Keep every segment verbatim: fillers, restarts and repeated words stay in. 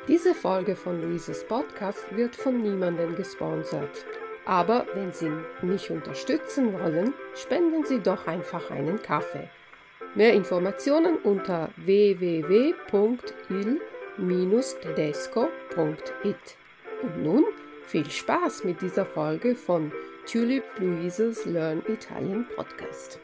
Diese Folge von Luises Podcast wird von niemandem gesponsert. Aber wenn Sie mich unterstützen wollen, spenden Sie doch einfach einen Kaffee. Mehr Informationen unter w w w punkt il tedesco punkt it. Und nun viel Spaß mit dieser Folge von Tulip Luises Learn Italian Podcast.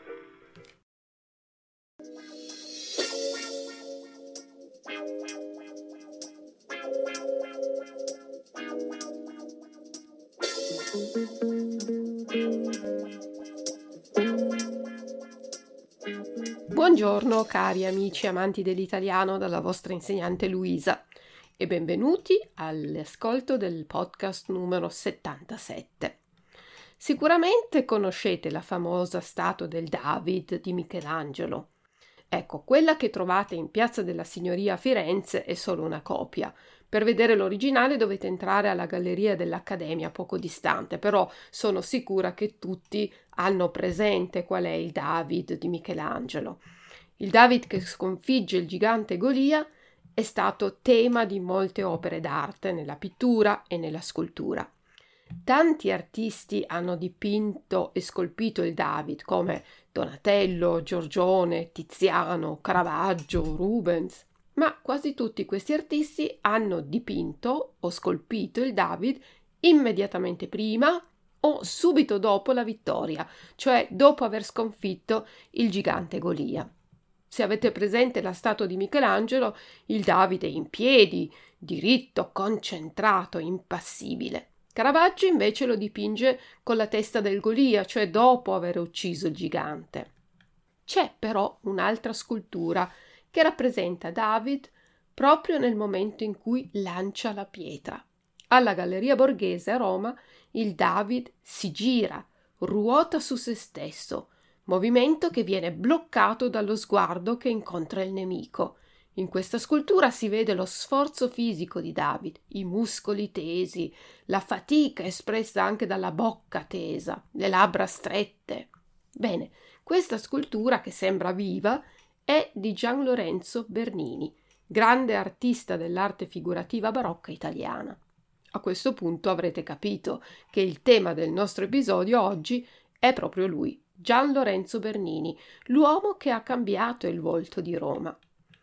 Buongiorno cari amici amanti dell'italiano dalla vostra insegnante Luisa e benvenuti all'ascolto del podcast numero settantasette. Sicuramente conoscete la famosa statua del David di Michelangelo. Ecco, quella che trovate in Piazza della Signoria a Firenze è solo una copia. Per vedere l'originale dovete entrare alla galleria dell'Accademia poco distante, però sono sicura che tutti hanno presente qual è il David di Michelangelo. Il David che sconfigge il gigante Golia è stato tema di molte opere d'arte nella pittura e nella scultura. Tanti artisti hanno dipinto e scolpito il David, come Donatello, Giorgione, Tiziano, Caravaggio, Rubens, ma quasi tutti questi artisti hanno dipinto o scolpito il David immediatamente prima o subito dopo la vittoria, cioè dopo aver sconfitto il gigante Golia. Se avete presente la statua di Michelangelo, il David è in piedi, diritto, concentrato, impassibile. Caravaggio invece lo dipinge con la testa del Golia, cioè dopo aver ucciso il gigante. C'è però un'altra scultura che rappresenta David proprio nel momento in cui lancia la pietra. Alla Galleria Borghese a Roma il David si gira, ruota su se stesso, movimento che viene bloccato dallo sguardo che incontra il nemico. In questa scultura si vede lo sforzo fisico di David, i muscoli tesi, la fatica espressa anche dalla bocca tesa, le labbra strette. Bene, questa scultura che sembra viva è di Gian Lorenzo Bernini, grande artista dell'arte figurativa barocca italiana. A questo punto avrete capito che il tema del nostro episodio oggi è proprio lui, Gian Lorenzo Bernini, l'uomo che ha cambiato il volto di Roma.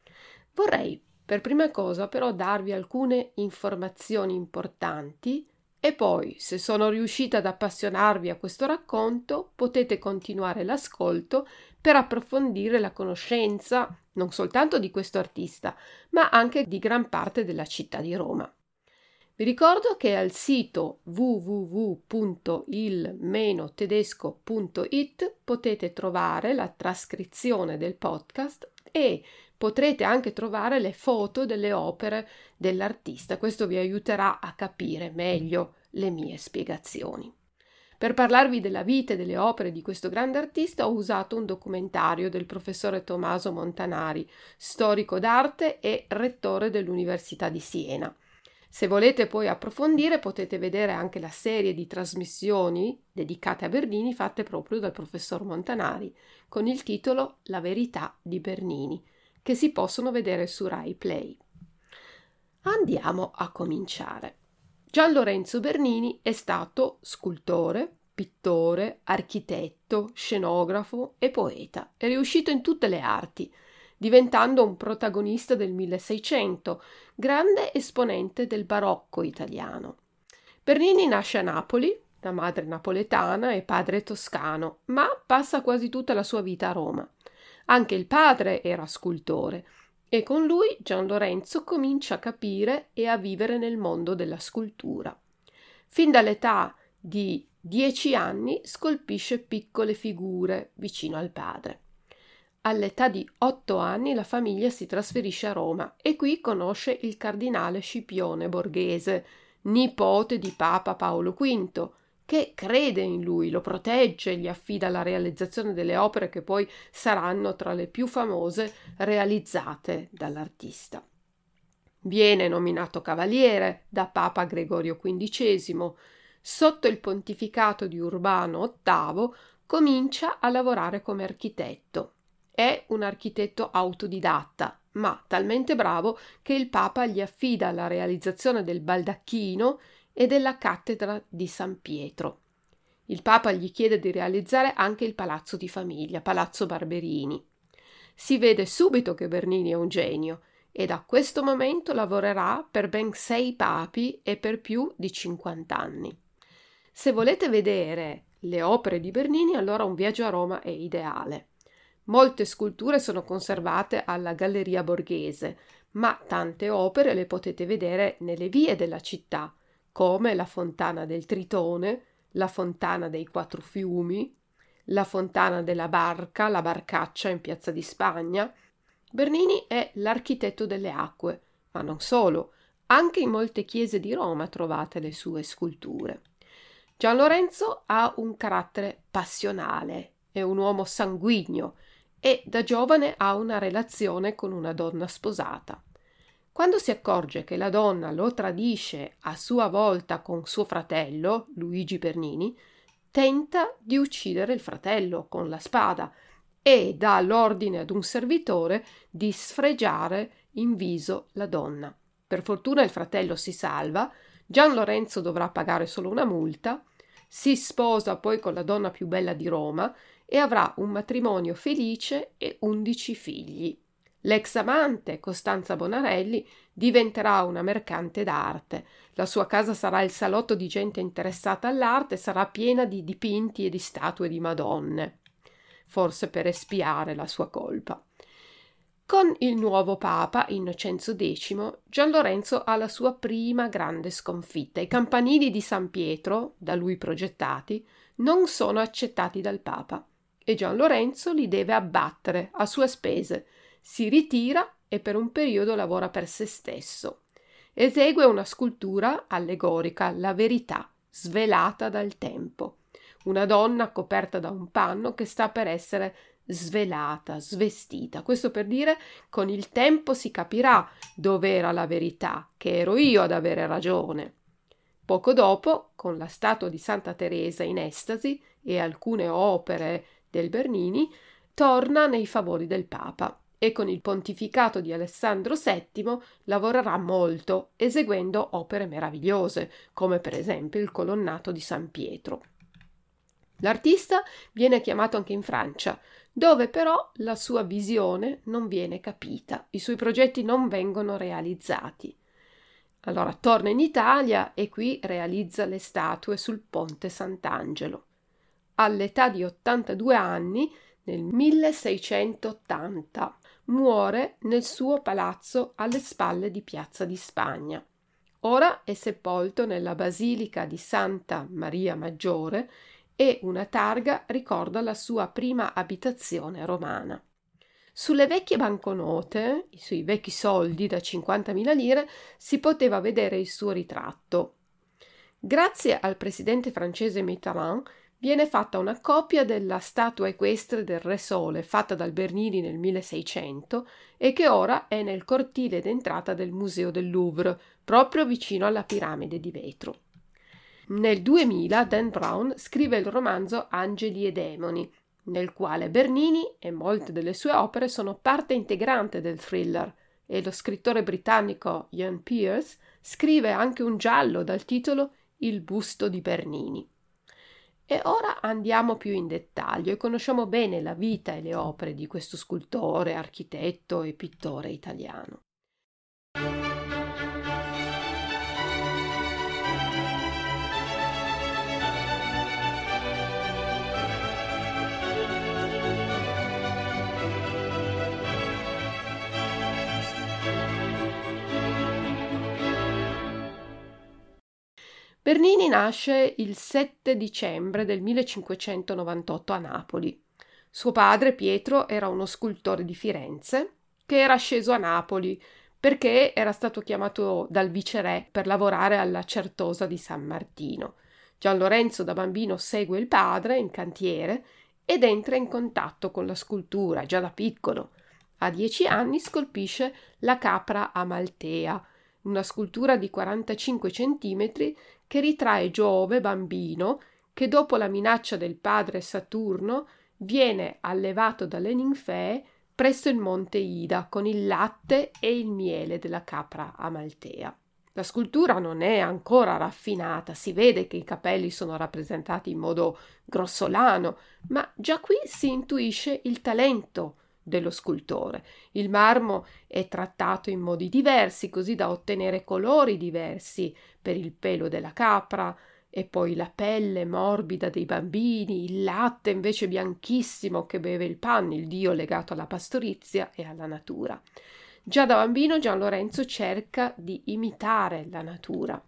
Vorrei per prima cosa però darvi alcune informazioni importanti e poi, se sono riuscita ad appassionarvi a questo racconto, potete continuare l'ascolto per approfondire la conoscenza non soltanto di questo artista, ma anche di gran parte della città di Roma. Vi ricordo che al sito w w w punto il tedesco punto it potete trovare la trascrizione del podcast e potrete anche trovare le foto delle opere dell'artista. Questo vi aiuterà a capire meglio le mie spiegazioni. Per parlarvi della vita e delle opere di questo grande artista ho usato un documentario del professore Tommaso Montanari, storico d'arte e rettore dell'Università di Siena. Se volete poi approfondire potete vedere anche la serie di trasmissioni dedicate a Bernini fatte proprio dal professor Montanari con il titolo La verità di Bernini, che si possono vedere su Rai Play. Andiamo a cominciare. Gian Lorenzo Bernini è stato scultore, pittore, architetto, scenografo e poeta. È riuscito in tutte le arti, diventando un protagonista del milleseicento, grande esponente del barocco italiano. Bernini nasce a Napoli, da madre napoletana e padre toscano, ma passa quasi tutta la sua vita a Roma. Anche il padre era scultore e con lui Gian Lorenzo comincia a capire e a vivere nel mondo della scultura. Fin dall'età di dieci anni scolpisce piccole figure vicino al padre. All'età di otto anni la famiglia si trasferisce a Roma e qui conosce il cardinale Scipione Borghese, nipote di Papa Paolo quinto, che crede in lui, lo protegge e gli affida la realizzazione delle opere che poi saranno tra le più famose realizzate dall'artista. Viene nominato cavaliere da Papa Gregorio quindicesimo. Sotto il pontificato di Urbano ottavo comincia a lavorare come architetto. È un architetto autodidatta, ma talmente bravo che il Papa gli affida la realizzazione del baldacchino e della cattedra di San Pietro. Il Papa gli chiede di realizzare anche il palazzo di famiglia, Palazzo Barberini. Si vede subito che Bernini è un genio e da questo momento lavorerà per ben sei papi e per più di cinquanta anni. Se volete vedere le opere di Bernini, allora un viaggio a Roma è ideale. Molte sculture sono conservate alla Galleria Borghese, ma tante opere le potete vedere nelle vie della città, come la Fontana del Tritone, la Fontana dei Quattro Fiumi, la Fontana della Barca, la Barcaccia in Piazza di Spagna. Bernini è l'architetto delle acque, ma non solo, anche in molte chiese di Roma trovate le sue sculture. Gian Lorenzo ha un carattere passionale, è un uomo sanguigno e da giovane ha una relazione con una donna sposata. Quando si accorge che la donna lo tradisce a sua volta con suo fratello, Luigi Bernini, tenta di uccidere il fratello con la spada e dà l'ordine ad un servitore di sfregiare in viso la donna. Per fortuna il fratello si salva, Gian Lorenzo dovrà pagare solo una multa, si sposa poi con la donna più bella di Roma e avrà un matrimonio felice e undici figli. L'ex amante, Costanza Bonarelli, diventerà una mercante d'arte. La sua casa sarà il salotto di gente interessata all'arte, sarà piena di dipinti e di statue di Madonne, forse per espiare la sua colpa. Con il nuovo Papa, Innocenzo decimo, Gian Lorenzo ha la sua prima grande sconfitta. I campanili di San Pietro, da lui progettati, non sono accettati dal Papa e Gian Lorenzo li deve abbattere a sue spese. Si ritira e per un periodo lavora per se stesso. Esegue una scultura allegorica, la verità, svelata dal tempo. Una donna coperta da un panno che sta per essere svelata, svestita. Questo per dire, con il tempo si capirà dov'era la verità, che ero io ad avere ragione. Poco dopo, con la statua di Santa Teresa in estasi e alcune opere del Bernini, torna nei favori del Papa e con il pontificato di Alessandro settimo lavorerà molto, eseguendo opere meravigliose, come per esempio il colonnato di San Pietro. L'artista viene chiamato anche in Francia, dove però la sua visione non viene capita, i suoi progetti non vengono realizzati. Allora torna in Italia e qui realizza le statue sul Ponte Sant'Angelo. All'età di ottantadue anni, nel milleseicentottanta, muore nel suo palazzo alle spalle di Piazza di Spagna. Ora è sepolto nella Basilica di Santa Maria Maggiore e una targa ricorda la sua prima abitazione romana. Sulle vecchie banconote, sui vecchi soldi da cinquantamila lire, si poteva vedere il suo ritratto. Grazie al presidente francese Mitterrand viene fatta una copia della statua equestre del Re Sole fatta dal Bernini nel milleseicento e che ora è nel cortile d'entrata del Museo del Louvre, proprio vicino alla piramide di vetro. Nel duemila Dan Brown scrive il romanzo Angeli e demoni, nel quale Bernini e molte delle sue opere sono parte integrante del thriller, e lo scrittore britannico Ian Pearce scrive anche un giallo dal titolo Il busto di Bernini. E ora andiamo più in dettaglio e conosciamo bene la vita e le opere di questo scultore, architetto e pittore italiano. Bernini nasce il sette dicembre del millecinquecentonovantotto a Napoli. Suo padre, Pietro, era uno scultore di Firenze che era sceso a Napoli perché era stato chiamato dal viceré per lavorare alla Certosa di San Martino. Gian Lorenzo da bambino segue il padre in cantiere ed entra in contatto con la scultura già da piccolo. A dieci anni scolpisce la Capra Amaltea, una scultura di quarantacinque centimetri che ritrae Giove bambino che dopo la minaccia del padre Saturno viene allevato dalle ninfee presso il monte Ida con il latte e il miele della capra amaltea. La scultura non è ancora raffinata, si vede che i capelli sono rappresentati in modo grossolano, ma già qui si intuisce il talento dello scultore. Il marmo è trattato in modi diversi, così da ottenere colori diversi per il pelo della capra e poi la pelle morbida dei bambini, il latte invece bianchissimo che beve il Pan, il dio legato alla pastorizia e alla natura. Già da bambino Gian Lorenzo cerca di imitare la natura.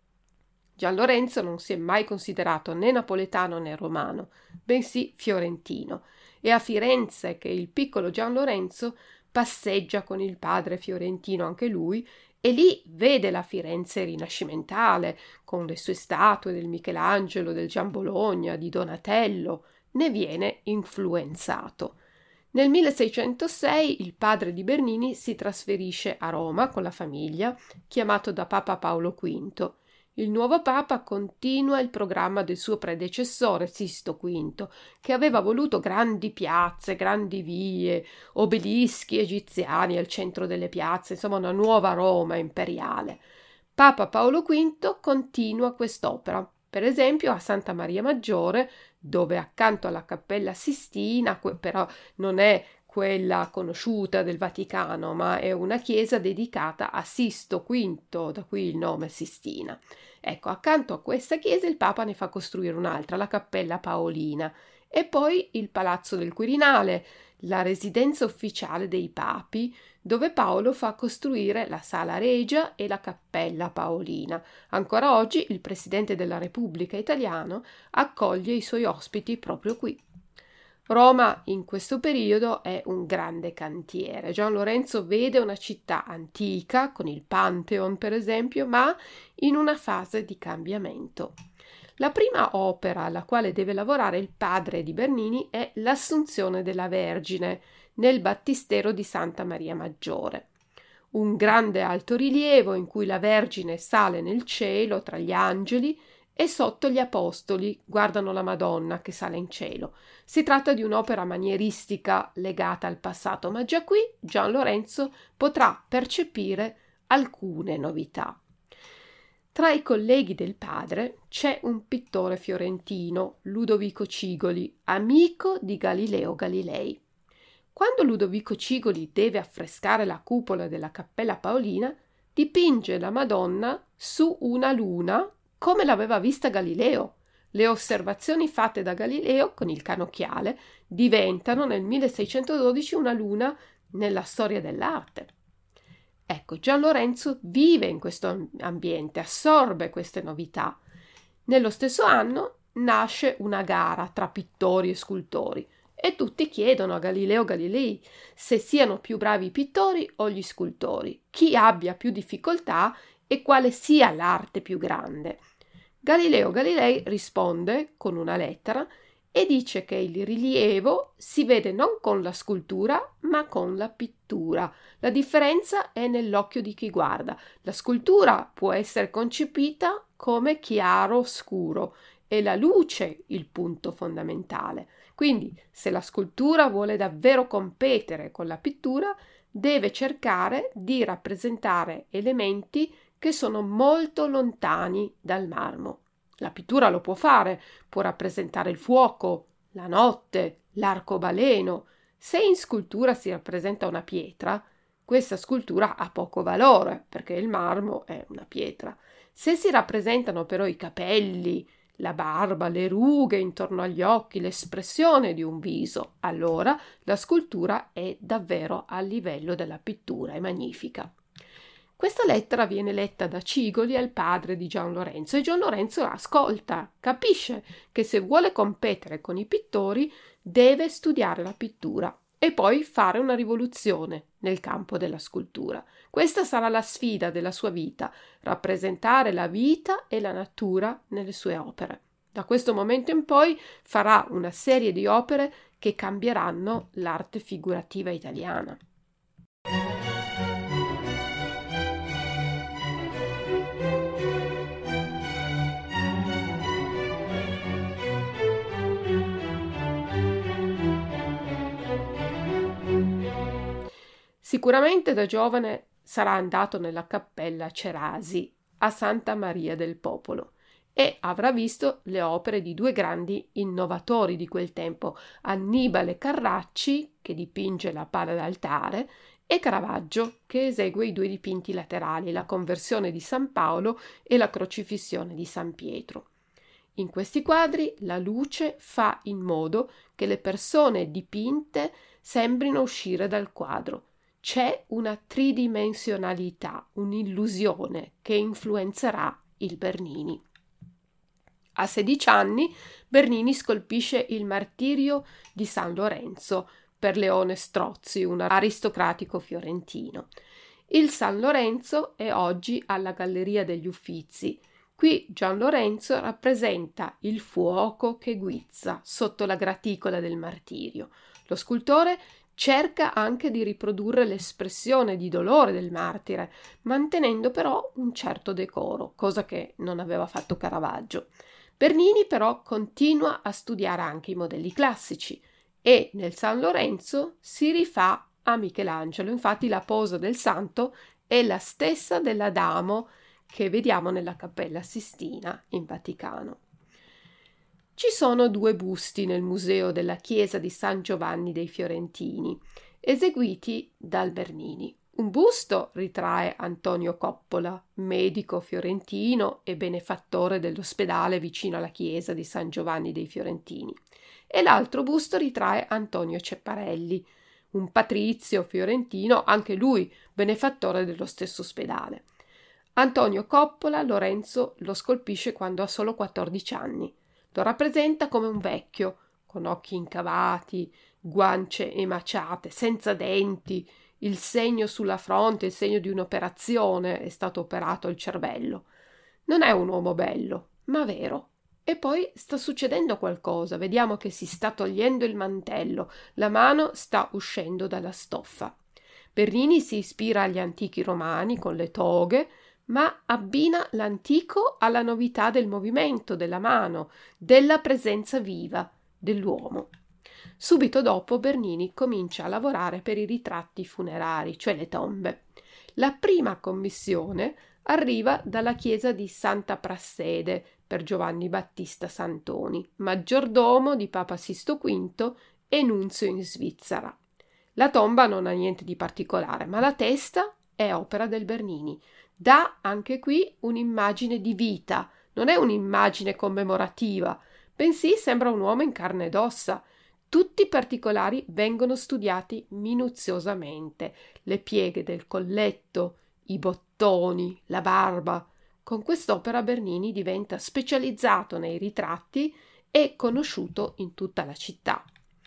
Gian Lorenzo non si è mai considerato né napoletano né romano, bensì fiorentino. È a Firenze che il piccolo Gian Lorenzo passeggia con il padre fiorentino anche lui e lì vede la Firenze rinascimentale, con le sue statue del Michelangelo, del Giambologna, di Donatello, ne viene influenzato. Nel milleseicentosei il padre di Bernini si trasferisce a Roma con la famiglia, chiamato da Papa Paolo quinto. Il nuovo Papa continua il programma del suo predecessore Sisto quinto, che aveva voluto grandi piazze, grandi vie, obelischi egiziani al centro delle piazze, insomma una nuova Roma imperiale. Papa Paolo quinto continua quest'opera, per esempio a Santa Maria Maggiore, dove accanto alla Cappella Sistina, però non è quella conosciuta del Vaticano, ma è una chiesa dedicata a Sisto quinto, da qui il nome Sistina. Ecco, accanto a questa chiesa il Papa ne fa costruire un'altra, la Cappella Paolina, e poi il Palazzo del Quirinale, la residenza ufficiale dei papi, dove Paolo fa costruire la Sala Regia e la Cappella Paolina. Ancora oggi il Presidente della Repubblica italiano accoglie i suoi ospiti proprio qui. Roma in questo periodo è un grande cantiere. Gian Lorenzo vede una città antica, con il Pantheon per esempio, ma in una fase di cambiamento. La prima opera alla quale deve lavorare il padre di Bernini è l'Assunzione della Vergine nel battistero di Santa Maria Maggiore. Un grande altorilievo in cui la Vergine sale nel cielo tra gli angeli e sotto gli apostoli guardano la Madonna che sale in cielo. Si tratta di un'opera manieristica legata al passato, ma già qui Gian Lorenzo potrà percepire alcune novità. Tra i colleghi del padre c'è un pittore fiorentino, Ludovico Cigoli, amico di Galileo Galilei. Quando Ludovico Cigoli deve affrescare la cupola della Cappella Paolina, dipinge la Madonna su una luna come l'aveva vista Galileo. Le osservazioni fatte da Galileo con il cannocchiale diventano nel milleseicentododici una luna nella storia dell'arte. Ecco, Gian Lorenzo vive in questo ambiente, assorbe queste novità. Nello stesso anno nasce una gara tra pittori e scultori e tutti chiedono a Galileo Galilei se siano più bravi i pittori o gli scultori, chi abbia più difficoltà e quale sia l'arte più grande. Galileo Galilei risponde con una lettera e dice che il rilievo si vede non con la scultura ma con la pittura. La differenza è nell'occhio di chi guarda. La scultura può essere concepita come chiaro-scuro, è la luce il punto fondamentale. Quindi, se la scultura vuole davvero competere con la pittura, deve cercare di rappresentare elementi che sono molto lontani dal marmo. La pittura lo può fare, può rappresentare il fuoco, la notte, l'arcobaleno. Se in scultura si rappresenta una pietra, questa scultura ha poco valore, perché il marmo è una pietra. Se si rappresentano però i capelli, la barba, le rughe intorno agli occhi, l'espressione di un viso, allora la scultura è davvero a livello della pittura, è magnifica. Questa lettera viene letta da Cigoli al padre di Gian Lorenzo e Gian Lorenzo ascolta, capisce che se vuole competere con i pittori deve studiare la pittura e poi fare una rivoluzione nel campo della scultura. Questa sarà la sfida della sua vita, rappresentare la vita e la natura nelle sue opere. Da questo momento in poi farà una serie di opere che cambieranno l'arte figurativa italiana. Sicuramente da giovane sarà andato nella cappella Cerasi a Santa Maria del Popolo e avrà visto le opere di due grandi innovatori di quel tempo, Annibale Carracci, che dipinge la pala d'altare, e Caravaggio, che esegue i due dipinti laterali, la Conversione di San Paolo e la Crocifissione di San Pietro. In questi quadri la luce fa in modo che le persone dipinte sembrino uscire dal quadro. C'è una tridimensionalità, un'illusione che influenzerà il Bernini. A sedici anni Bernini scolpisce il Martirio di San Lorenzo per Leone Strozzi, un aristocratico fiorentino. Il San Lorenzo è oggi alla Galleria degli Uffizi. Qui Gian Lorenzo rappresenta il fuoco che guizza sotto la graticola del martirio. Lo scultore cerca anche di riprodurre l'espressione di dolore del martire, mantenendo però un certo decoro, cosa che non aveva fatto Caravaggio. Bernini però continua a studiare anche i modelli classici e nel San Lorenzo si rifà a Michelangelo. Infatti la posa del santo è la stessa dell'Adamo che vediamo nella Cappella Sistina in Vaticano. Ci sono due busti nel museo della chiesa di San Giovanni dei Fiorentini, eseguiti dal Bernini. Un busto ritrae Antonio Coppola, medico fiorentino e benefattore dell'ospedale vicino alla chiesa di San Giovanni dei Fiorentini, e l'altro busto ritrae Antonio Cepparelli, un patrizio fiorentino, anche lui benefattore dello stesso ospedale. Antonio Coppola Lorenzo lo scolpisce quando ha solo quattordici anni. Lo rappresenta come un vecchio, con occhi incavati, guance emaciate, senza denti, il segno sulla fronte, il segno di un'operazione, è stato operato il cervello. Non è un uomo bello, ma vero. E poi sta succedendo qualcosa, vediamo che si sta togliendo il mantello, la mano sta uscendo dalla stoffa. Bernini si ispira agli antichi romani con le toghe, ma abbina l'antico alla novità del movimento della mano, della presenza viva dell'uomo. Subito dopo Bernini comincia a lavorare per i ritratti funerari, cioè le tombe. La prima commissione arriva dalla chiesa di Santa Prassede per Giovanni Battista Santoni, maggiordomo di Papa Sisto quinto e nunzio in Svizzera. La tomba non ha niente di particolare, ma la testa è opera del Bernini. Dà anche qui un'immagine di vita, non è un'immagine commemorativa, bensì sembra un uomo in carne ed ossa. Tutti i particolari vengono studiati minuziosamente, le pieghe del colletto, i bottoni, la barba. Con quest'opera Bernini diventa specializzato nei ritratti e conosciuto in tutta la città.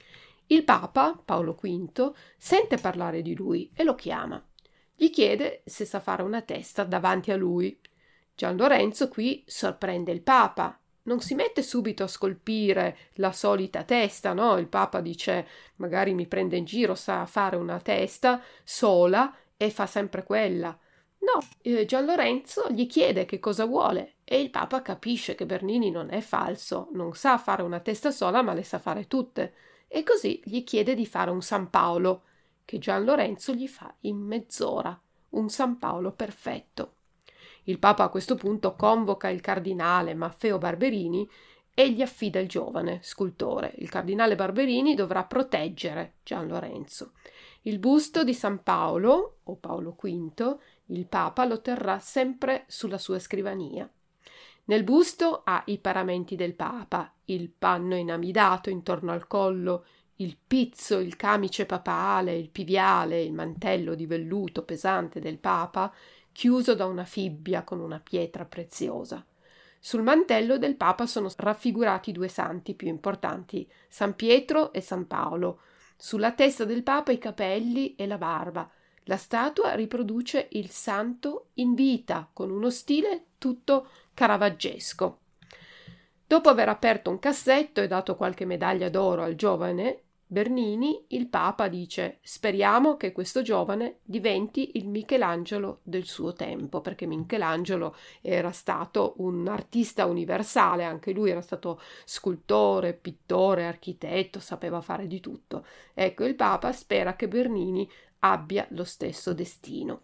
Il Papa, Paolo quinto, sente parlare di lui e lo chiama. Gli chiede se sa fare una testa davanti a lui. Gian Lorenzo qui sorprende il Papa. Non si mette subito a scolpire la solita testa, no? Il Papa dice, magari mi prende in giro, sa fare una testa sola e fa sempre quella. No, eh, Gian Lorenzo gli chiede che cosa vuole e il Papa capisce che Bernini non è falso, non sa fare una testa sola ma le sa fare tutte, e così gli chiede di fare un San Paolo, che Gian Lorenzo gli fa in mezz'ora, un San Paolo perfetto. Il Papa a questo punto convoca il cardinale Maffeo Barberini e gli affida il giovane scultore. Il cardinale Barberini dovrà proteggere Gian Lorenzo. Il busto di San Paolo, o Paolo quinto, il Papa lo terrà sempre sulla sua scrivania. Nel busto ha i paramenti del Papa, il panno inamidato intorno al collo, il pizzo, il camice papale, il piviale, il mantello di velluto pesante del Papa, chiuso da una fibbia con una pietra preziosa. Sul mantello del Papa sono raffigurati due santi più importanti, San Pietro e San Paolo. Sulla testa del Papa i capelli e la barba. La statua riproduce il santo in vita, con uno stile tutto caravaggesco. Dopo aver aperto un cassetto e dato qualche medaglia d'oro al giovane Bernini, il Papa dice: speriamo che questo giovane diventi il Michelangelo del suo tempo, perché Michelangelo era stato un artista universale, anche lui era stato scultore, pittore, architetto, sapeva fare di tutto. Ecco, il Papa spera che Bernini abbia lo stesso destino.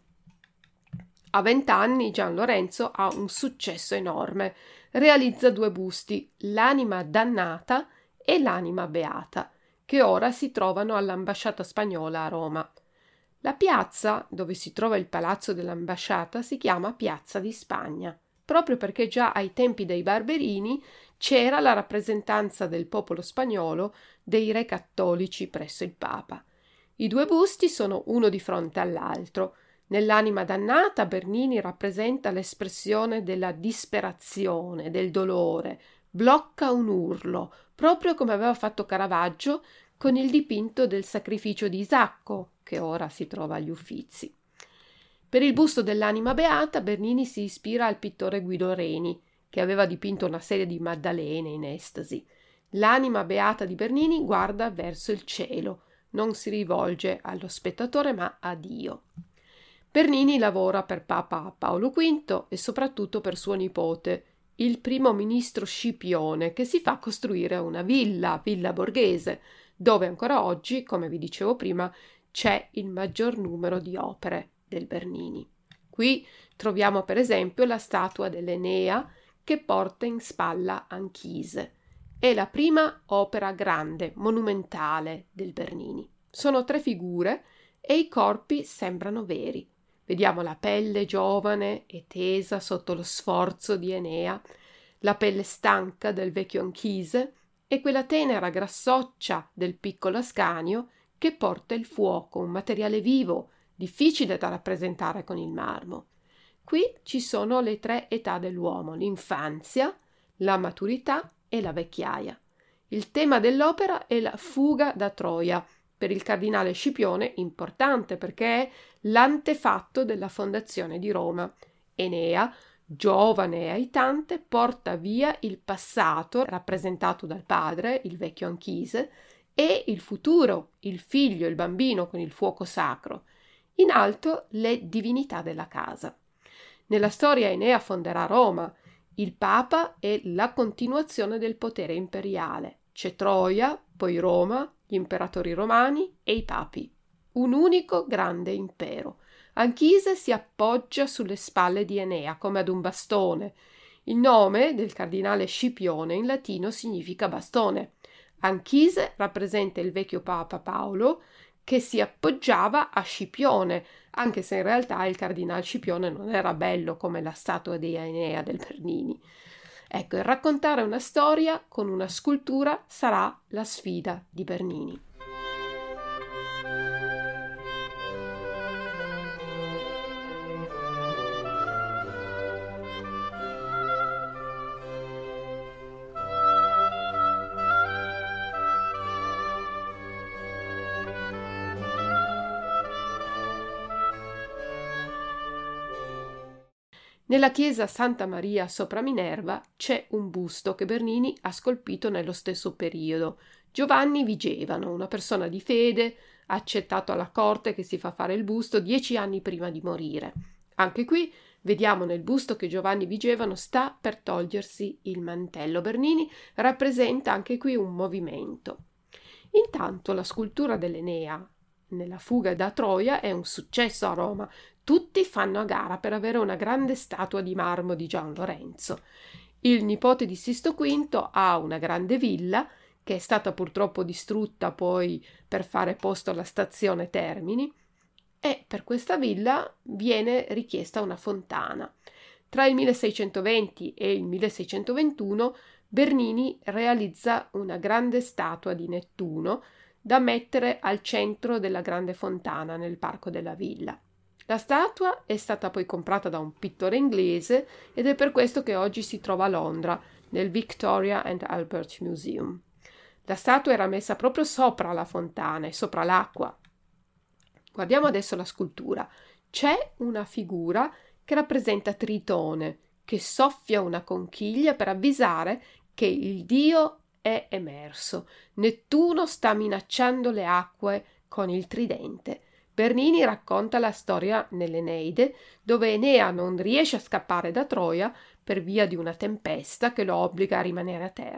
A vent'anni Gian Lorenzo ha un successo enorme. Realizza due busti, l'anima dannata e l'anima beata, che ora si trovano all'ambasciata spagnola a Roma. La piazza dove si trova il palazzo dell'ambasciata si chiama Piazza di Spagna, proprio perché già ai tempi dei Barberini c'era la rappresentanza del popolo spagnolo dei re cattolici presso il Papa. I due busti sono uno di fronte all'altro. Nell'anima dannata Bernini rappresenta l'espressione della disperazione, del dolore, blocca un urlo, proprio come aveva fatto Caravaggio con il dipinto del sacrificio di Isacco, che ora si trova agli Uffizi. Per il busto dell'anima beata Bernini si ispira al pittore Guido Reni, che aveva dipinto una serie di Maddalene in estasi. L'anima beata di Bernini guarda verso il cielo, non si rivolge allo spettatore ma a Dio. Bernini lavora per Papa Paolo quinto e soprattutto per suo nipote, il primo ministro Scipione, che si fa costruire una villa, Villa Borghese, dove ancora oggi, come vi dicevo prima, c'è il maggior numero di opere del Bernini. Qui troviamo per esempio la statua dell'Enea che porta in spalla Anchise. È la prima opera grande, monumentale del Bernini. Sono tre figure e i corpi sembrano veri. Vediamo la pelle giovane e tesa sotto lo sforzo di Enea, la pelle stanca del vecchio Anchise e quella tenera grassoccia del piccolo Ascanio che porta il fuoco, un materiale vivo, difficile da rappresentare con il marmo. Qui ci sono le tre età dell'uomo, l'infanzia, la maturità e la vecchiaia. Il tema dell'opera è la fuga da Troia, per il cardinale Scipione importante perché è l'antefatto della fondazione di Roma. Enea, giovane e aitante, porta via il passato, rappresentato dal padre, il vecchio Anchise, e il futuro, il figlio, il bambino con il fuoco sacro. In alto le divinità della casa. Nella storia Enea fonderà Roma. Il Papa è la continuazione del potere imperiale. C'è Troia, poi Roma, gli imperatori romani e i papi. Un unico grande impero. Anchise si appoggia sulle spalle di Enea come ad un bastone. Il nome del cardinale Scipione in latino significa bastone. Anchise rappresenta il vecchio Papa Paolo che si appoggiava a Scipione, anche se in realtà il cardinale Scipione non era bello come la statua di Enea del Bernini. Ecco, raccontare una storia con una scultura sarà la sfida di Bernini. Nella chiesa Santa Maria sopra Minerva c'è un busto che Bernini ha scolpito nello stesso periodo. Giovanni Vigevano, una persona di fede, ha accettato alla corte che si fa fare il busto dieci anni prima di morire. Anche qui vediamo nel busto che Giovanni Vigevano sta per togliersi il mantello. Bernini rappresenta anche qui un movimento. Intanto la scultura dell'Enea nella fuga da Troia è un successo a Roma. Tutti fanno a gara per avere una grande statua di marmo di Gian Lorenzo. Il nipote di Sisto quinto ha una grande villa che è stata purtroppo distrutta poi per fare posto alla stazione Termini e per questa villa viene richiesta una fontana. Tra il milleseicentoventi e il milleseicentoventuno Bernini realizza una grande statua di Nettuno da mettere al centro della grande fontana nel parco della villa. La statua è stata poi comprata da un pittore inglese ed è per questo che oggi si trova a Londra, nel Victoria and Albert Museum. La statua era messa proprio sopra la fontana e sopra l'acqua. Guardiamo adesso la scultura. C'è una figura che rappresenta Tritone, che soffia una conchiglia per avvisare che il dio è emerso. Nettuno sta minacciando le acque con il tridente. Bernini racconta la storia nell'Eneide, dove Enea non riesce a scappare da Troia per via di una tempesta che lo obbliga a rimanere a terra.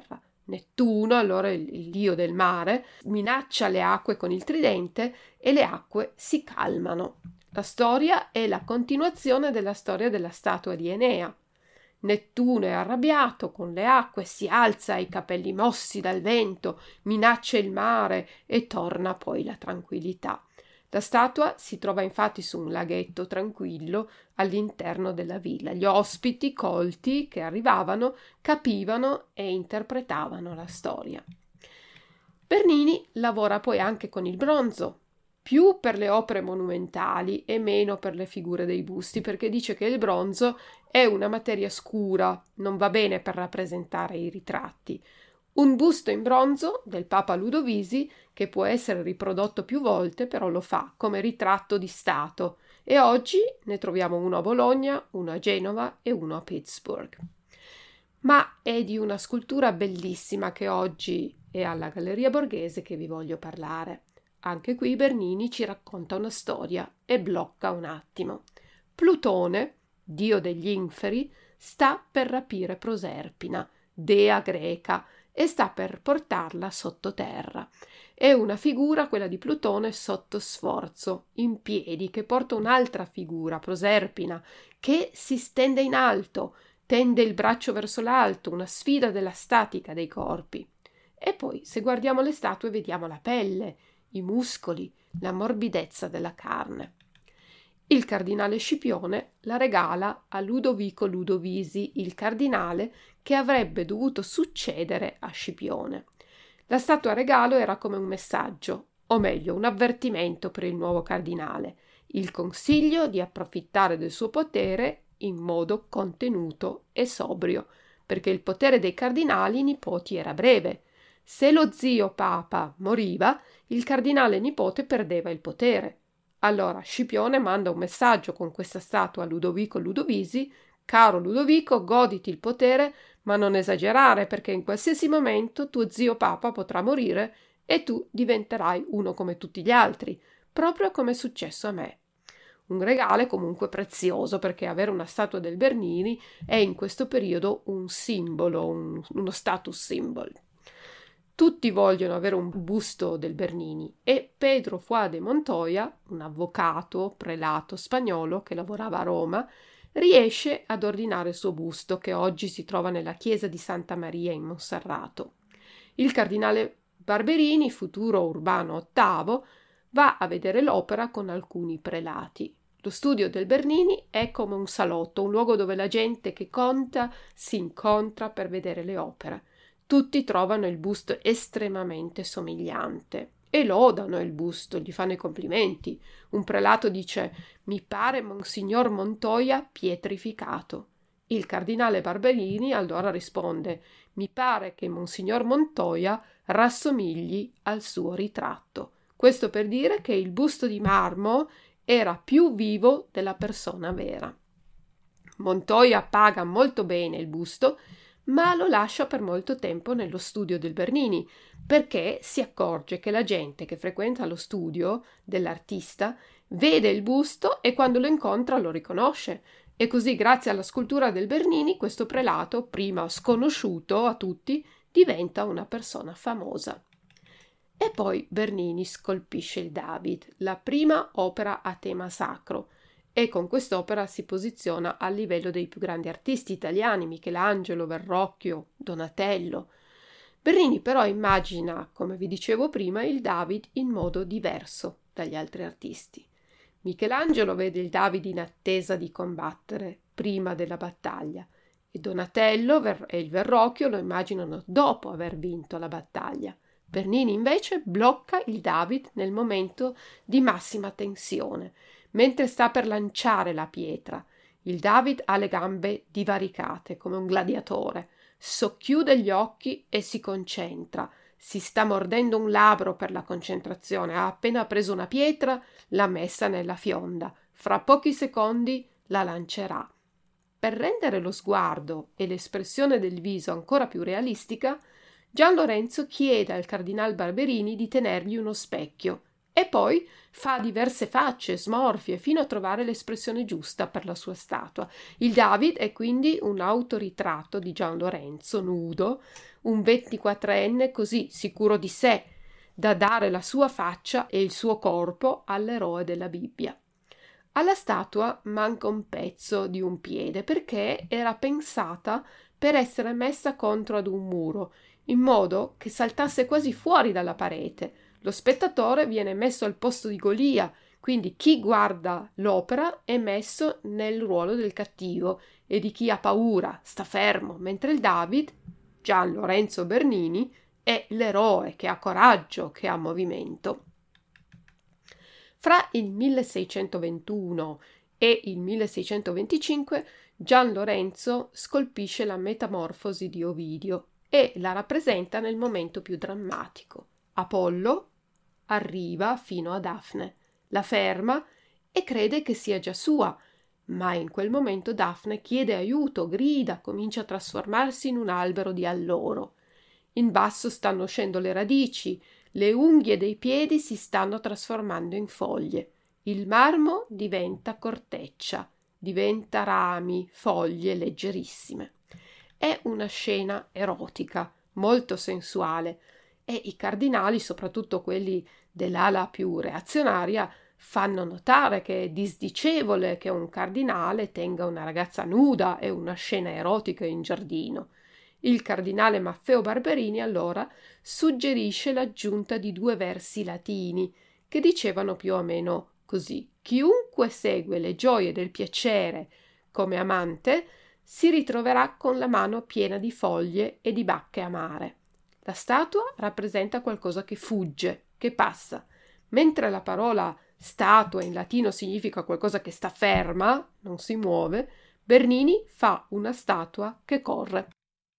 Nettuno, allora il, il dio del mare, minaccia le acque con il tridente e le acque si calmano. La storia è la continuazione della storia della statua di Enea. Nettuno è arrabbiato con le acque, si alza i capelli mossi dal vento, minaccia il mare e torna poi la tranquillità. La statua si trova infatti su un laghetto tranquillo all'interno della villa. Gli ospiti colti che arrivavano capivano e interpretavano la storia. Bernini lavora poi anche con il bronzo, più per le opere monumentali e meno per le figure dei busti, perché dice che il bronzo è una materia scura, non va bene per rappresentare i ritratti. Un busto in bronzo del Papa Ludovisi, che può essere riprodotto più volte, però lo fa come ritratto di Stato, e oggi ne troviamo uno a Bologna, uno a Genova e uno a Pittsburgh. Ma è di una scultura bellissima che oggi è alla Galleria Borghese che vi voglio parlare. Anche qui Bernini ci racconta una storia e blocca un attimo. Plutone, dio degli inferi, sta per rapire Proserpina, dea greca, e sta per portarla sottoterra. È una figura, quella di Plutone, sotto sforzo, in piedi, che porta un'altra figura, Proserpina, che si stende in alto, tende il braccio verso l'alto, una sfida della statica dei corpi. E poi, se guardiamo le statue, vediamo la pelle, i muscoli, la morbidezza della carne. Il cardinale Scipione la regala a Ludovico Ludovisi, il cardinale che avrebbe dovuto succedere a Scipione. La statua regalo era come un messaggio, o meglio un avvertimento per il nuovo cardinale, il consiglio di approfittare del suo potere in modo contenuto e sobrio, perché il potere dei cardinali nipoti era breve. Se lo zio papa moriva, il cardinale nipote perdeva il potere. Allora Scipione manda un messaggio con questa statua a Ludovico Ludovisi: caro Ludovico, goditi il potere, ma non esagerare, perché in qualsiasi momento tuo zio papa potrà morire e tu diventerai uno come tutti gli altri, proprio come è successo a me. Un regalo comunque prezioso, perché avere una statua del Bernini è in questo periodo un simbolo, un, uno status symbol. Tutti vogliono avere un busto del Bernini e Pedro Foix de Montoya, un avvocato prelato spagnolo che lavorava a Roma, riesce ad ordinare il suo busto, che oggi si trova nella chiesa di Santa Maria in Monserrato. Il cardinale Barberini, futuro Urbano ottavo, va a vedere l'opera con alcuni prelati. Lo studio del Bernini è come un salotto, un luogo dove la gente che conta si incontra per vedere le opere. Tutti trovano il busto estremamente somigliante e lodano il busto, gli fanno i complimenti. Un prelato dice: mi pare Monsignor Montoya pietrificato. Il cardinale Barberini allora risponde: mi pare che Monsignor Montoya rassomigli al suo ritratto. Questo per dire che il busto di marmo era più vivo della persona vera. Montoya paga molto bene il busto, ma lo lascia per molto tempo nello studio del Bernini, perché si accorge che la gente che frequenta lo studio dell'artista vede il busto e quando lo incontra lo riconosce. E così, grazie alla scultura del Bernini, questo prelato, prima sconosciuto a tutti, diventa una persona famosa. E poi Bernini scolpisce il David, la prima opera a tema sacro, e con quest'opera si posiziona a livello dei più grandi artisti italiani, Michelangelo, Verrocchio, Donatello. Bernini però immagina, come vi dicevo prima, il David in modo diverso dagli altri artisti. Michelangelo vede il David in attesa di combattere prima della battaglia e Donatello e il Verrocchio lo immaginano dopo aver vinto la battaglia. Bernini invece blocca il David nel momento di massima tensione, mentre sta per lanciare la pietra. Il David ha le gambe divaricate come un gladiatore, socchiude gli occhi e si concentra. Si sta mordendo un labbro per la concentrazione. Ha appena preso una pietra, l'ha messa nella fionda. Fra pochi secondi la lancerà. Per rendere lo sguardo e l'espressione del viso ancora più realistica, Gian Lorenzo chiede al cardinal Barberini di tenergli uno specchio e poi fa diverse facce smorfie fino a trovare l'espressione giusta per la sua statua. Il David è quindi un autoritratto di Gian Lorenzo nudo, un ventiquattrenne così sicuro di sé da dare la sua faccia e il suo corpo all'eroe della Bibbia. Alla statua manca un pezzo di un piede perché era pensata per essere messa contro ad un muro, in modo che saltasse quasi fuori dalla parete. Lo spettatore viene messo al posto di Golia, quindi chi guarda l'opera è messo nel ruolo del cattivo e di chi ha paura sta fermo, mentre il David, Gian Lorenzo Bernini, è l'eroe che ha coraggio, che ha movimento. Fra il milleseicentoventuno e il milleseicentoventicinque Gian Lorenzo scolpisce la Metamorfosi di Ovidio e la rappresenta nel momento più drammatico. Apollo arriva fino a Dafne, la ferma e crede che sia già sua, ma in quel momento Dafne chiede aiuto, grida, comincia a trasformarsi in un albero di alloro. In basso stanno uscendo le radici, le unghie dei piedi si stanno trasformando in foglie, il marmo diventa corteccia, diventa rami, foglie leggerissime. È una scena erotica, molto sensuale, e i cardinali, soprattutto quelli dell'ala più reazionaria, fanno notare che è disdicevole che un cardinale tenga una ragazza nuda e una scena erotica in giardino. Il cardinale Maffeo Barberini allora suggerisce l'aggiunta di due versi latini che dicevano più o meno così: chiunque segue le gioie del piacere come amante si ritroverà con la mano piena di foglie e di bacche amare. La statua rappresenta qualcosa che fugge, che passa, mentre la parola statua in latino significa qualcosa che sta ferma, non si muove. Bernini fa una statua che corre.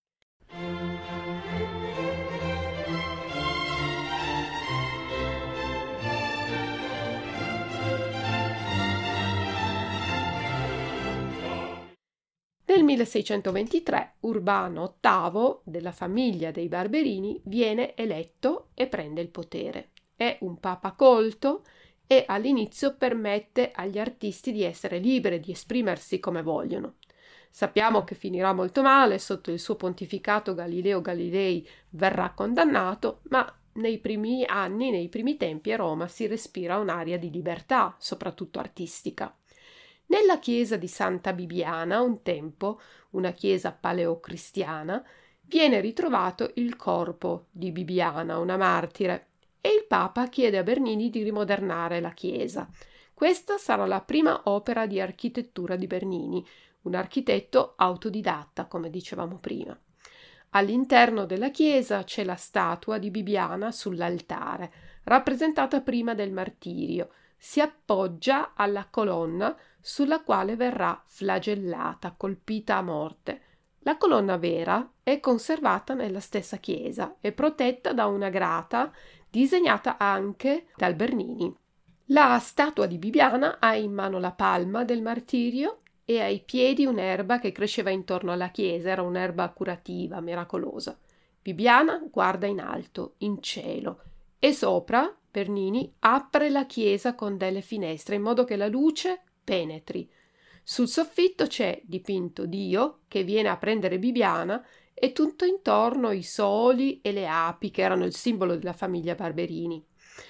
Nel milleseicentoventitré Urbano ottavo, della famiglia dei Barberini, viene eletto e prende il potere. È un papa colto e all'inizio permette agli artisti di essere liberi di esprimersi come vogliono. Sappiamo che finirà molto male, sotto il suo pontificato Galileo Galilei verrà condannato, ma nei primi anni, nei primi tempi a Roma si respira un'aria di libertà, soprattutto artistica. Nella chiesa di Santa Bibiana, un tempo, una chiesa paleocristiana, viene ritrovato il corpo di Bibiana, una martire, e il Papa chiede a Bernini di rimodernare la chiesa. Questa sarà la prima opera di architettura di Bernini, un architetto autodidatta, come dicevamo prima. All'interno della chiesa c'è la statua di Bibiana sull'altare, rappresentata prima del martirio. Si appoggia alla colonna sulla quale verrà flagellata, colpita a morte. La colonna vera è conservata nella stessa chiesa e protetta da una grata disegnata anche dal Bernini. La statua di Bibiana ha in mano la palma del martirio e ai piedi un'erba che cresceva intorno alla chiesa, era un'erba curativa, miracolosa. Bibiana guarda in alto, in cielo, e sopra Bernini apre la chiesa con delle finestre in modo che la luce penetri. Sul soffitto c'è dipinto Dio che viene a prendere Bibiana e tutto intorno i soli e le api che erano il simbolo della famiglia Barberini.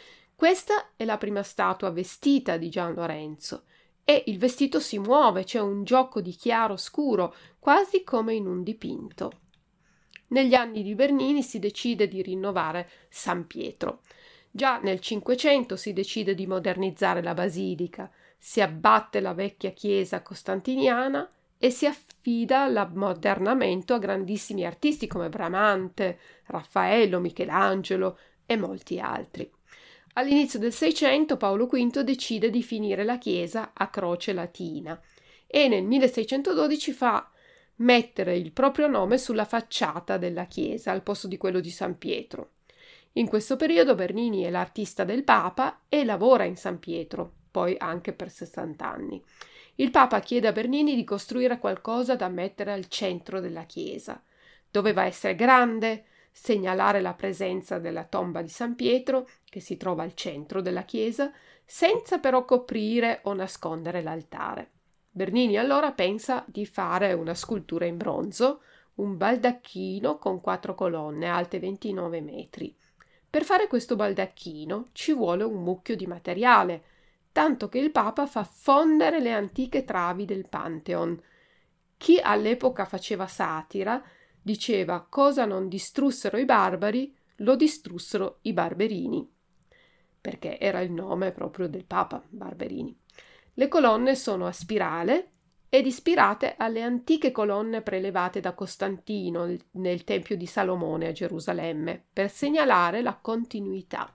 Questa è la prima statua vestita di Gian Lorenzo e il vestito si muove, c'è un gioco di chiaro-scuro, quasi come in un dipinto. Negli anni di Bernini si decide di rinnovare San Pietro. Già nel Cinquecento si decide di modernizzare la basilica, si abbatte la vecchia chiesa costantiniana e si affida l'ammodernamento a grandissimi artisti come Bramante, Raffaello, Michelangelo e molti altri. All'inizio del Seicento Paolo quinto decide di finire la chiesa a croce latina e nel milleseicentododici fa mettere il proprio nome sulla facciata della chiesa al posto di quello di San Pietro. In questo periodo Bernini è l'artista del Papa e lavora in San Pietro, poi anche per sessanta anni. Il Papa chiede a Bernini di costruire qualcosa da mettere al centro della chiesa. Doveva essere grande, segnalare la presenza della tomba di San Pietro, che si trova al centro della chiesa, senza però coprire o nascondere l'altare. Bernini allora pensa di fare una scultura in bronzo, un baldacchino con quattro colonne alte ventinove metri. Per fare questo baldacchino ci vuole un mucchio di materiale, tanto che il Papa fa fondere le antiche travi del Pantheon. Chi all'epoca faceva satira diceva: cosa non distrussero i barbari, lo distrussero i barberini, perché era il nome proprio del Papa, Barberini. Le colonne sono a spirale ed ispirate alle antiche colonne prelevate da Costantino nel Tempio di Salomone a Gerusalemme, per segnalare la continuità.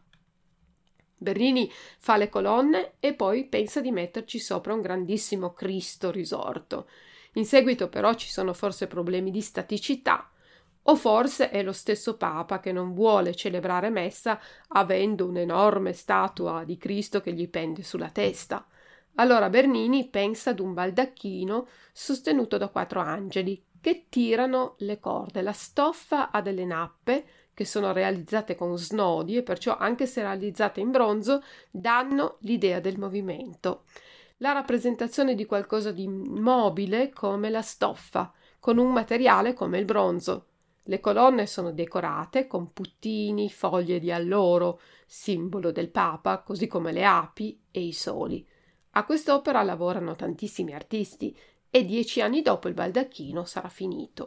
Bernini fa le colonne e poi pensa di metterci sopra un grandissimo Cristo risorto. In seguito però ci sono forse problemi di staticità, o forse è lo stesso Papa che non vuole celebrare messa avendo un'enorme statua di Cristo che gli pende sulla testa. Allora Bernini pensa ad un baldacchino sostenuto da quattro angeli che tirano le corde. La stoffa ha delle nappe che sono realizzate con snodi e perciò, anche se realizzate in bronzo, danno l'idea del movimento. La rappresentazione di qualcosa di mobile come la stoffa, con un materiale come il bronzo. Le colonne sono decorate con puttini, foglie di alloro, simbolo del Papa, così come le api e i soli. A quest'opera lavorano tantissimi artisti e dieci anni dopo il baldacchino sarà finito.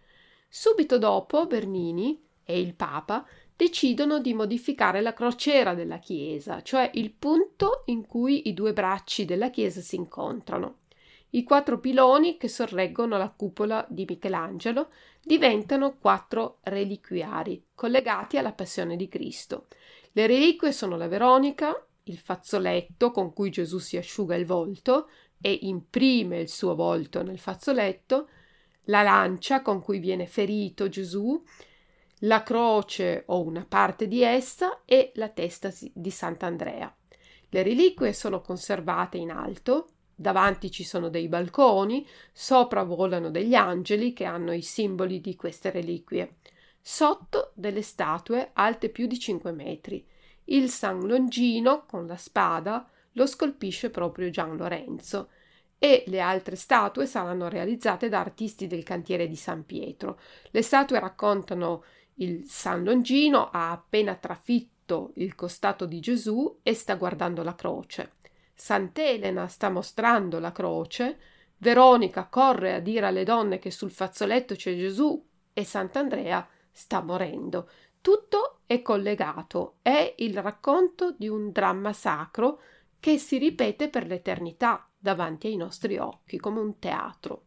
Subito dopo Bernini e il Papa decidono di modificare la crociera della chiesa, cioè il punto in cui i due bracci della chiesa si incontrano. I quattro piloni che sorreggono la cupola di Michelangelo diventano quattro reliquiari collegati alla Passione di Cristo. Le reliquie sono la Veronica, il fazzoletto con cui Gesù si asciuga il volto e imprime il suo volto nel fazzoletto, la lancia con cui viene ferito Gesù, la croce o una parte di essa e la testa di Sant'Andrea. Le reliquie sono conservate in alto, davanti ci sono dei balconi, sopra volano degli angeli che hanno i simboli di queste reliquie, sotto delle statue alte più di cinque metri. Il San Longino con la spada lo scolpisce proprio Gian Lorenzo e le altre statue saranno realizzate da artisti del cantiere di San Pietro. Le statue raccontano il San Longino ha appena trafitto il costato di Gesù e sta guardando la croce. Sant'Elena sta mostrando la croce, Veronica corre a dire alle donne che sul fazzoletto c'è Gesù e Sant'Andrea sta morendo. Tutto è collegato, è il racconto di un dramma sacro che si ripete per l'eternità davanti ai nostri occhi, come un teatro.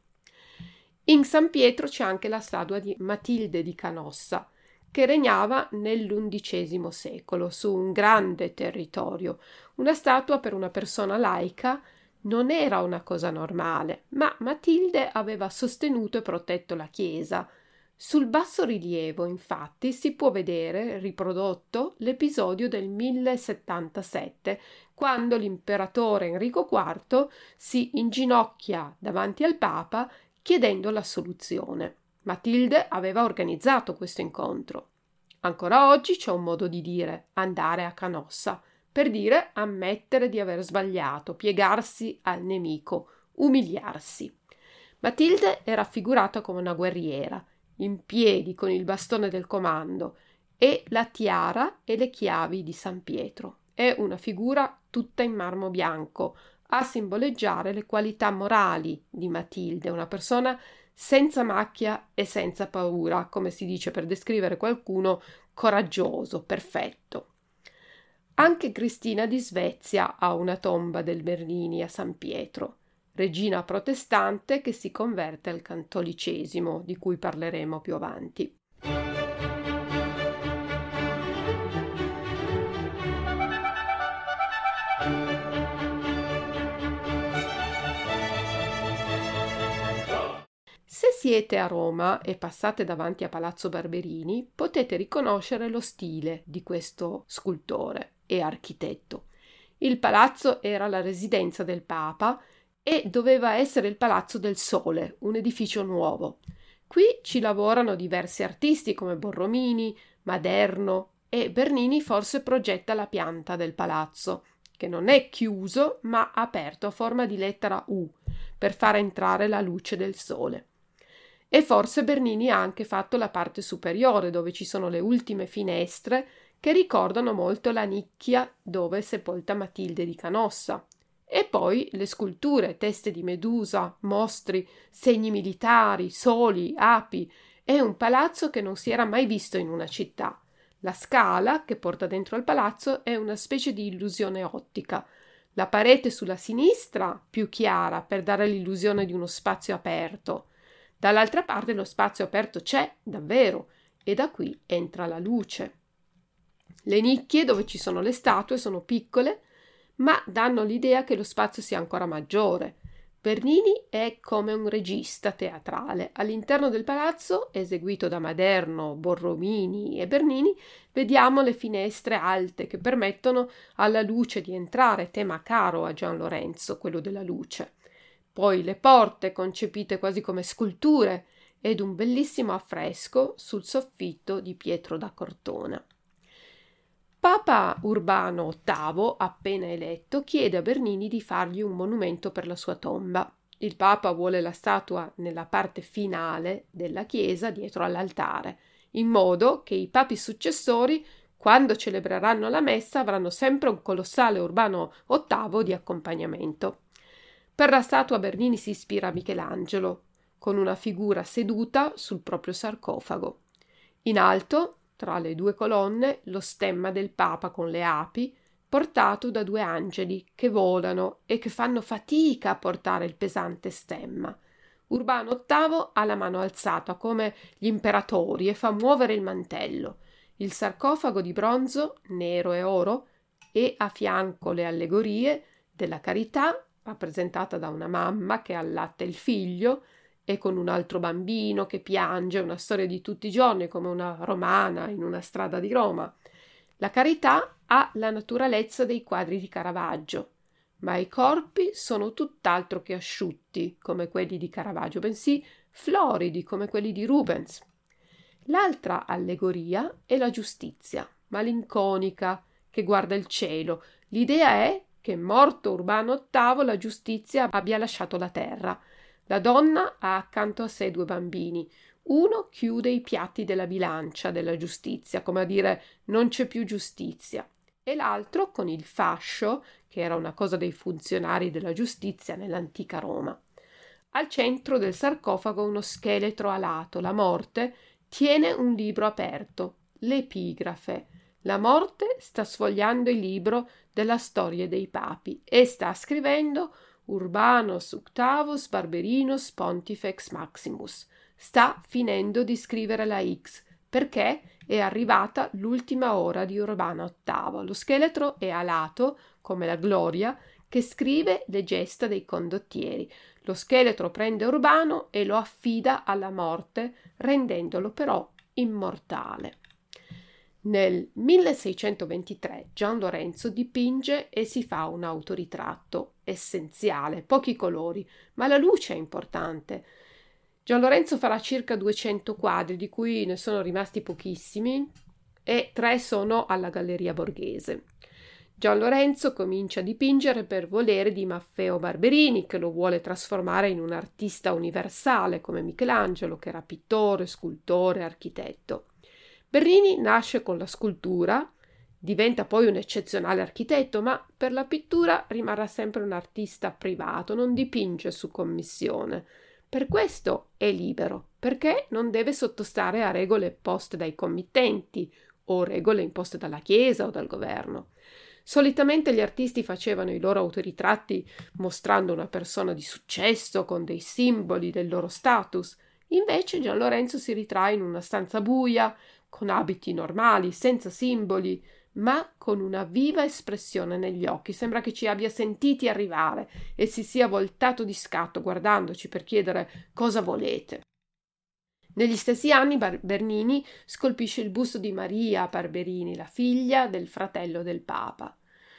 In San Pietro c'è anche la statua di Matilde di Canossa, che regnava nell'undicesimo secolo su un grande territorio. Una statua per una persona laica non era una cosa normale, ma Matilde aveva sostenuto e protetto la Chiesa. Sul basso rilievo, infatti, si può vedere riprodotto l'episodio del millesettantasette, quando l'imperatore Enrico quarto si inginocchia davanti al Papa chiedendo l'assoluzione. Matilde aveva organizzato questo incontro. Ancora oggi c'è un modo di dire andare a Canossa, per dire ammettere di aver sbagliato, piegarsi al nemico, umiliarsi. Matilde è raffigurata come una guerriera, in piedi con il bastone del comando e la tiara e le chiavi di San Pietro. È una figura tutta in marmo bianco, a simboleggiare le qualità morali di Matilde, una persona senza macchia e senza paura, come si dice per descrivere qualcuno coraggioso, perfetto. Anche Cristina di Svezia ha una tomba del Bernini a San Pietro, regina protestante che si converte al cattolicesimo, di cui parleremo più avanti. Se siete a Roma e passate davanti a Palazzo Barberini, potete riconoscere lo stile di questo scultore e architetto. Il palazzo era la residenza del Papa e doveva essere il Palazzo del Sole, un edificio nuovo. Qui ci lavorano diversi artisti come Borromini, Maderno e Bernini forse progetta la pianta del palazzo, che non è chiuso ma aperto a forma di lettera U per far entrare la luce del sole. E forse Bernini ha anche fatto la parte superiore dove ci sono le ultime finestre che ricordano molto la nicchia dove è sepolta Matilde di Canossa. E poi le sculture, teste di Medusa, mostri, segni militari, soli, api. È un palazzo che non si era mai visto in una città. La scala che porta dentro al palazzo è una specie di illusione ottica. La parete sulla sinistra più chiara per dare l'illusione di uno spazio aperto. Dall'altra parte lo spazio aperto c'è, davvero, e da qui entra la luce. Le nicchie dove ci sono le statue sono piccole, ma danno l'idea che lo spazio sia ancora maggiore. Bernini è come un regista teatrale. All'interno del palazzo, eseguito da Maderno, Borromini e Bernini, vediamo le finestre alte che permettono alla luce di entrare, tema caro a Gian Lorenzo, quello della luce. Poi le porte concepite quasi come sculture ed un bellissimo affresco sul soffitto di Pietro da Cortona. Papa Urbano ottavo, appena eletto, chiede a Bernini di fargli un monumento per la sua tomba. Il Papa vuole la statua nella parte finale della chiesa, dietro all'altare, in modo che i papi successori, quando celebreranno la messa, avranno sempre un colossale Urbano ottavo di accompagnamento. Per la statua Bernini si ispira a Michelangelo, con una figura seduta sul proprio sarcofago. In alto, tra le due colonne, lo stemma del Papa con le api, portato da due angeli che volano e che fanno fatica a portare il pesante stemma. Urbano ottavo ha la mano alzata come gli imperatori e fa muovere il mantello. Il sarcofago di bronzo, nero e oro, e a fianco le allegorie della carità, rappresentata da una mamma che allatta il figlio, e con un altro bambino che piange, una storia di tutti i giorni come una romana in una strada di Roma. La carità ha la naturalezza dei quadri di Caravaggio, ma i corpi sono tutt'altro che asciutti come quelli di Caravaggio, bensì floridi come quelli di Rubens. L'altra allegoria è la giustizia, malinconica, che guarda il cielo. L'idea è che, morto Urbano ottavo, la giustizia abbia lasciato la terra. La donna ha accanto a sé due bambini. Uno chiude i piatti della bilancia della giustizia, come a dire non c'è più giustizia, e l'altro con il fascio, che era una cosa dei funzionari della giustizia nell'antica Roma. Al centro del sarcofago uno scheletro alato, la morte, tiene un libro aperto, l'epigrafe. La morte sta sfogliando il libro della storia dei papi e sta scrivendo Urbanus octavus Barberinus Pontifex Maximus. Sta finendo di scrivere la X perché è arrivata l'ultima ora di Urbano ottavo. Lo scheletro è alato come la Gloria che scrive le gesta dei condottieri. Lo scheletro prende Urbano e lo affida alla morte, rendendolo però immortale. Nel milleseicentoventitré Gian Lorenzo dipinge e si fa un autoritratto essenziale, pochi colori, ma la luce è importante. Gian Lorenzo farà circa duecento quadri, di cui ne sono rimasti pochissimi, e tre sono alla Galleria Borghese. Gian Lorenzo comincia a dipingere per volere di Maffeo Barberini, che lo vuole trasformare in un artista universale come Michelangelo, che era pittore, scultore, architetto. Bernini nasce con la scultura, diventa poi un eccezionale architetto, ma per la pittura rimarrà sempre un artista privato, non dipinge su commissione. Per questo è libero, perché non deve sottostare a regole poste dai committenti o regole imposte dalla Chiesa o dal governo. Solitamente gli artisti facevano i loro autoritratti mostrando una persona di successo con dei simboli del loro status. Invece Gian Lorenzo si ritrae in una stanza buia, con abiti normali, senza simboli, ma con una viva espressione negli occhi. Sembra che ci abbia sentiti arrivare e si sia voltato di scatto guardandoci per chiedere cosa volete. Negli stessi anni Bernini scolpisce il busto di Maria Barberini, la figlia del fratello del Papa.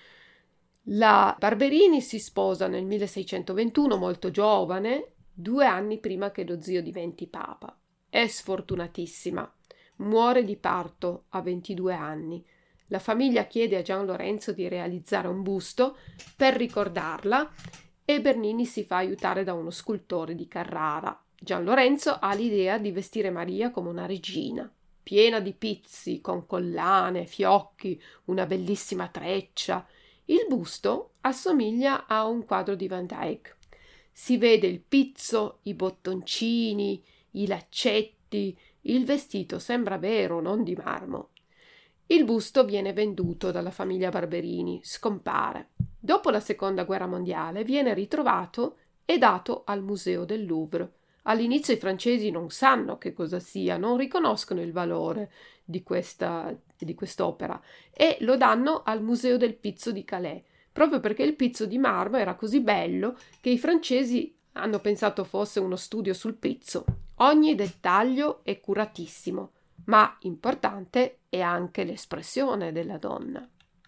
La Barberini si sposa nel milleseicentoventuno, molto giovane, due anni prima che lo zio diventi Papa. è sfortunatissima. Muore di parto a ventidue anni. La famiglia chiede a Gian Lorenzo di realizzare un busto per ricordarla e Bernini si fa aiutare da uno scultore di Carrara. Gian Lorenzo ha l'idea di vestire Maria come una regina, piena di pizzi, con collane, fiocchi, una bellissima treccia. Il busto assomiglia a un quadro di Van Dyck. Si vede il pizzo, i bottoncini, i laccetti, il vestito sembra vero, non di marmo. Il busto viene venduto dalla famiglia Barberini, scompare. Dopo la seconda guerra mondiale viene ritrovato e dato al museo del Louvre. All'inizio i francesi non sanno che cosa sia, non riconoscono il valore di questa, di quest'opera e lo danno al museo del pizzo di Calais, proprio perché il pizzo di marmo era così bello che i francesi hanno pensato fosse uno studio sul pizzo. Ogni dettaglio è curatissimo, ma importante è anche l'espressione della donna.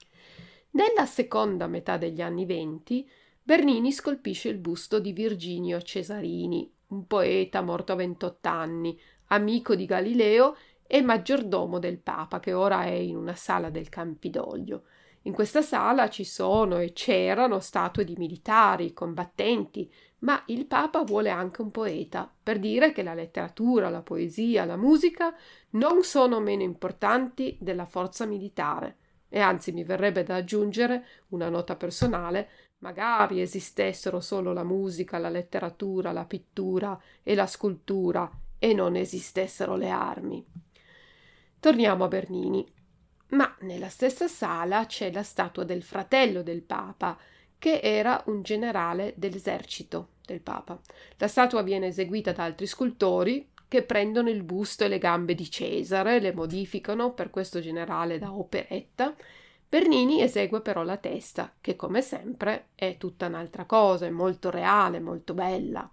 Nella seconda metà degli anni venti, Bernini scolpisce il busto di Virginio Cesarini, un poeta morto a ventotto anni, amico di Galileo e maggiordomo del Papa, che ora è in una sala del Campidoglio. In questa sala ci sono e c'erano statue di militari, combattenti, ma il Papa vuole anche un poeta, per dire che la letteratura, la poesia, la musica non sono meno importanti della forza militare. E anzi mi verrebbe da aggiungere una nota personale: magari esistessero solo la musica, la letteratura, la pittura e la scultura e non esistessero le armi. Torniamo a Bernini. Ma nella stessa sala c'è la statua del fratello del Papa, che era un generale dell'esercito del Papa. La statua viene eseguita da altri scultori che prendono il busto e le gambe di Cesare, le modificano per questo generale da operetta. Bernini esegue però la testa, che come sempre è tutta un'altra cosa, è molto reale, molto bella.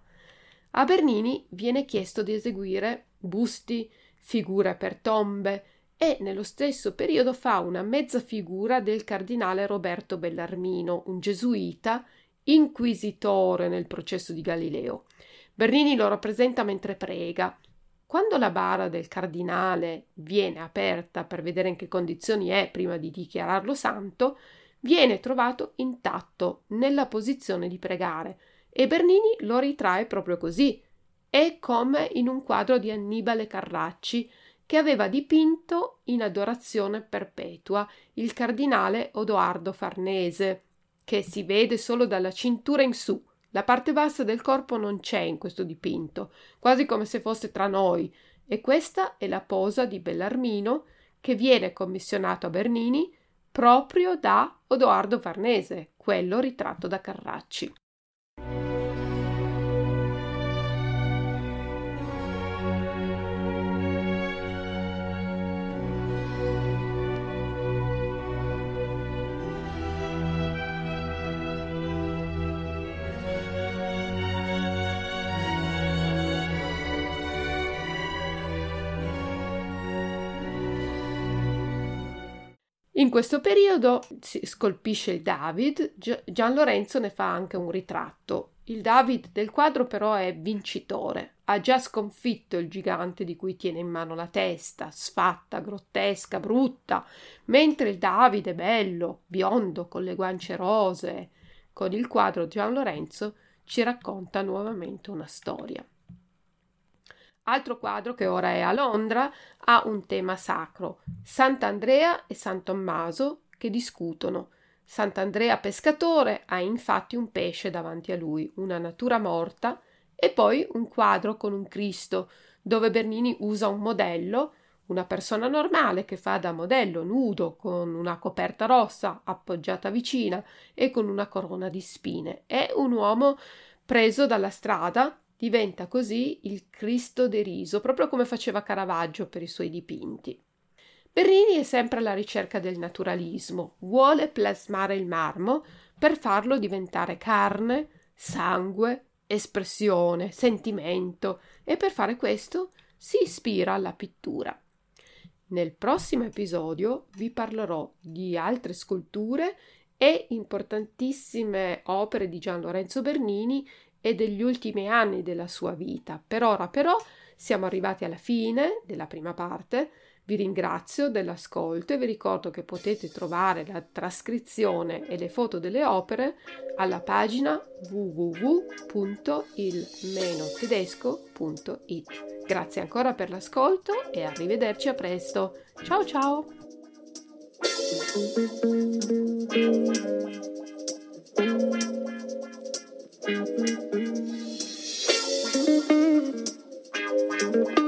A Bernini viene chiesto di eseguire busti, figure per tombe e nello stesso periodo fa una mezza figura del cardinale Roberto Bellarmino, un gesuita, inquisitore nel processo di Galileo. Bernini lo rappresenta mentre prega. Quando la bara del cardinale viene aperta per vedere in che condizioni è prima di dichiararlo santo, viene trovato intatto nella posizione di pregare e Bernini lo ritrae proprio così. È come in un quadro di Annibale Carracci che aveva dipinto in adorazione perpetua il cardinale Odoardo Farnese, che si vede solo dalla cintura in su. La parte bassa del corpo non c'è in questo dipinto, quasi come se fosse tra noi, e questa è la posa di Bellarmino che viene commissionato a Bernini proprio da Odoardo Farnese, quello ritratto da Carracci. In questo periodo si scolpisce il David, Gian Lorenzo ne fa anche un ritratto. Il David del quadro però è vincitore, ha già sconfitto il gigante di cui tiene in mano la testa, sfatta, grottesca, brutta, mentre il David è bello, biondo, con le guance rosee. Con il quadro Gian Lorenzo ci racconta nuovamente una storia. Altro quadro che ora è a Londra ha un tema sacro, Sant'Andrea e San Tommaso che discutono. Sant'Andrea pescatore ha infatti un pesce davanti a lui, una natura morta, e poi un quadro con un Cristo, dove Bernini usa un modello, una persona normale che fa da modello nudo, con una coperta rossa appoggiata vicina e con una corona di spine. È un uomo preso dalla strada. Diventa così il Cristo deriso, proprio come faceva Caravaggio per i suoi dipinti. Bernini è sempre alla ricerca del naturalismo, vuole plasmare il marmo per farlo diventare carne, sangue, espressione, sentimento, e per fare questo si ispira alla pittura. Nel prossimo episodio vi parlerò di altre sculture e importantissime opere di Gian Lorenzo Bernini e degli ultimi anni della sua vita. Per ora però Siamo arrivati alla fine della prima parte. Vi ringrazio dell'ascolto e vi ricordo che potete trovare la trascrizione e le foto delle opere alla pagina w w w punto il meno tedesco punto it. Grazie ancora per l'ascolto e arrivederci a presto. Ciao ciao! Thank you.